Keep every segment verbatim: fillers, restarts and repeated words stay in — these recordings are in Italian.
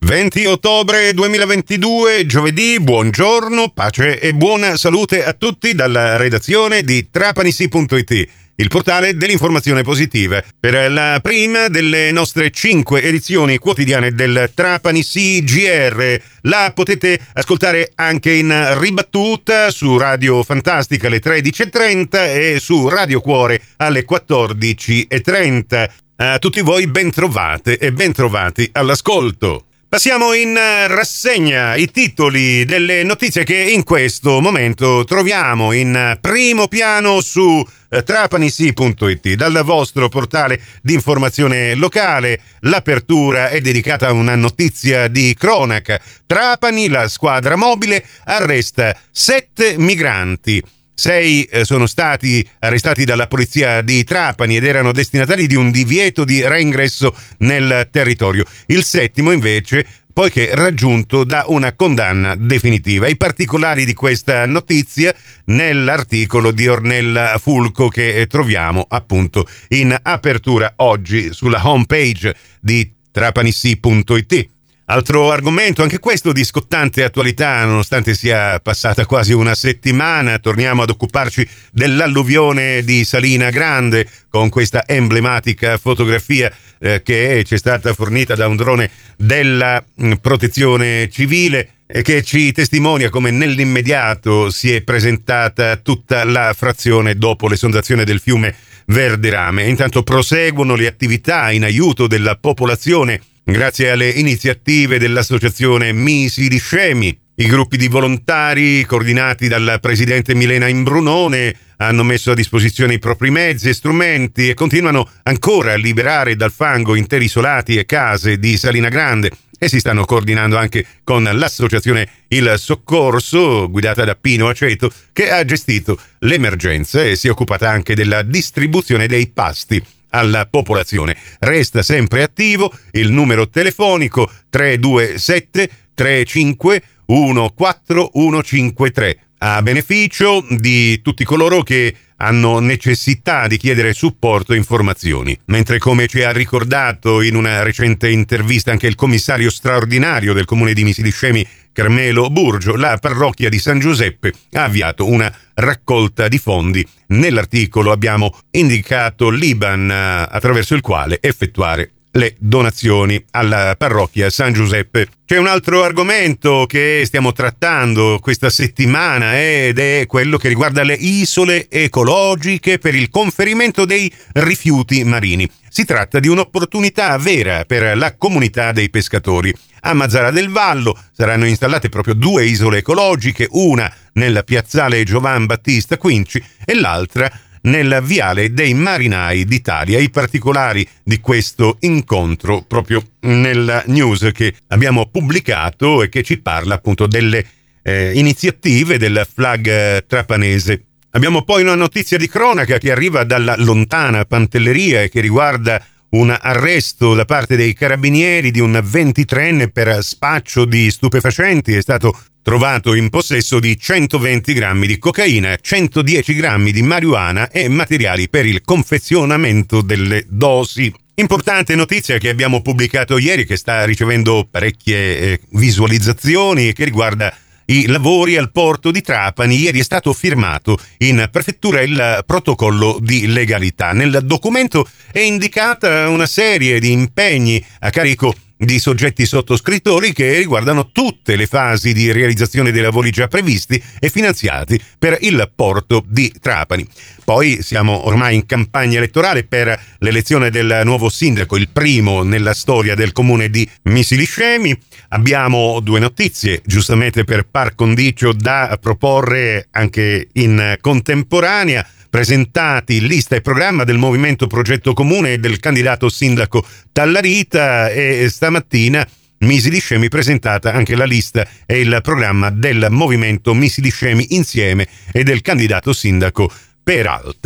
venti ottobre duemilaventidue, giovedì, buongiorno, pace e buona salute a tutti dalla redazione di Trapanisi punto it, il portale dell'informazione positiva. Per la prima delle nostre cinque edizioni quotidiane del Trapanisi G R, la potete ascoltare anche in ribattuta su Radio Fantastica alle tredici e trenta e su Radio Cuore alle quattordici e trenta. A tutti voi ben trovate e ben trovati all'ascolto. Passiamo in rassegna i titoli delle notizie che in questo momento troviamo in primo piano su Trapanisi punto it. Dal vostro portale di informazione locale, l'apertura è dedicata a una notizia di cronaca. Trapani, la squadra mobile arresta sette migranti. Sei eh, sono stati arrestati dalla polizia di Trapani ed erano destinatari di un divieto di reingresso nel territorio. Il settimo invece poiché raggiunto da una condanna definitiva. I particolari di questa notizia nell'articolo di Ornella Fulco che troviamo appunto in apertura oggi sulla homepage di Trapanisi punto it. Altro argomento, anche questo di scottante attualità, nonostante sia passata quasi una settimana. Torniamo ad occuparci dell'alluvione di Salina Grande con questa emblematica fotografia eh, che ci è stata fornita da un drone della mh, Protezione Civile e che ci testimonia come nell'immediato si è presentata tutta la frazione dopo l'esondazione del fiume Verderame. Intanto proseguono le attività in aiuto della popolazione grazie alle iniziative dell'associazione Misi di Scemi. I gruppi di volontari, coordinati dal presidente Milena Imbrunone, hanno messo a disposizione i propri mezzi e strumenti e continuano ancora a liberare dal fango interi isolati e case di Salina Grande e si stanno coordinando anche con l'associazione Il Soccorso, guidata da Pino Aceto, che ha gestito l'emergenza e si è occupata anche della distribuzione dei pasti alla popolazione. Resta sempre attivo il numero telefonico tre due sette tre cinque uno quattro uno cinque tre a beneficio di tutti coloro che hanno necessità di chiedere supporto e informazioni. Mentre, come ci ha ricordato in una recente intervista anche il commissario straordinario del comune di Misi di Scemi, Carmelo Burgio, la parrocchia di San Giuseppe ha avviato una raccolta di fondi. Nell'articolo abbiamo indicato l'I B A N attraverso il quale effettuare le donazioni alla parrocchia San Giuseppe. C'è un altro argomento che stiamo trattando questa settimana ed è quello che riguarda le isole ecologiche per il conferimento dei rifiuti marini. Si tratta di un'opportunità vera per la comunità dei pescatori. A Mazzara del Vallo saranno installate proprio due isole ecologiche, una nella piazzale Giovan Battista Quinci e l'altra nel Viale dei Marinai d'Italia. I particolari di questo incontro proprio nella news che abbiamo pubblicato e che ci parla appunto delle eh, iniziative del flag trapanese. Abbiamo poi una notizia di cronaca che arriva dalla lontana Pantelleria e che riguarda un arresto da parte dei carabinieri di un ventitreenne per spaccio di stupefacenti. È stato trovato in possesso di centoventi grammi di cocaina, centodieci grammi di marijuana e materiali per il confezionamento delle dosi. Importante notizia che abbiamo pubblicato ieri, che sta ricevendo parecchie eh, visualizzazioni, che riguarda i lavori al porto di Trapani. Ieri è stato firmato in prefettura il protocollo di legalità. Nel documento è indicata una serie di impegni a carico di soggetti sottoscrittori che riguardano tutte le fasi di realizzazione dei lavori già previsti e finanziati per il porto di Trapani. Poi siamo ormai in campagna elettorale per l'elezione del nuovo sindaco, il primo nella storia del comune di Misi di Scemi. Abbiamo due notizie, giustamente per par condicio, da proporre anche in contemporanea. Presentati lista e programma del Movimento Progetto Comune e del candidato sindaco Tallarita, e stamattina Misi di Scemi presentata anche la lista e il programma del Movimento Misi di Scemi Insieme e del candidato sindaco Peralta.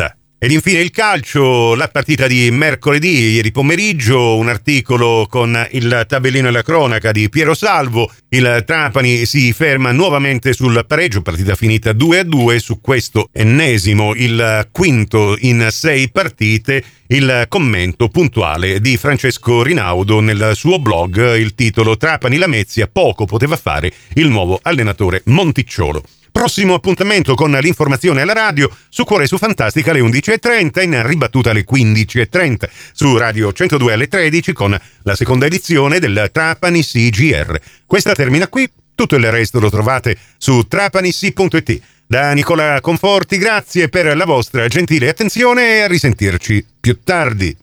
Ed infine il calcio, la partita di mercoledì, ieri pomeriggio, un articolo con il tabellino e la cronaca di Piero Salvo. Il Trapani si ferma nuovamente sul pareggio, partita finita due a due, su questo ennesimo, il quinto in sei partite. Il commento puntuale di Francesco Rinaudo nel suo blog, il titolo Trapani Lamezia, poco poteva fare il nuovo allenatore Monticciolo. Prossimo appuntamento con l'informazione alla radio su Cuore su Fantastica alle undici e trenta, in ribattuta alle quindici e trenta, su Radio centodue alle tredici con la seconda edizione del Trapani C G R. Questa termina qui, tutto il resto lo trovate su trapanisi punto it. Da Nicola Conforti, grazie per la vostra gentile attenzione e a risentirci più tardi.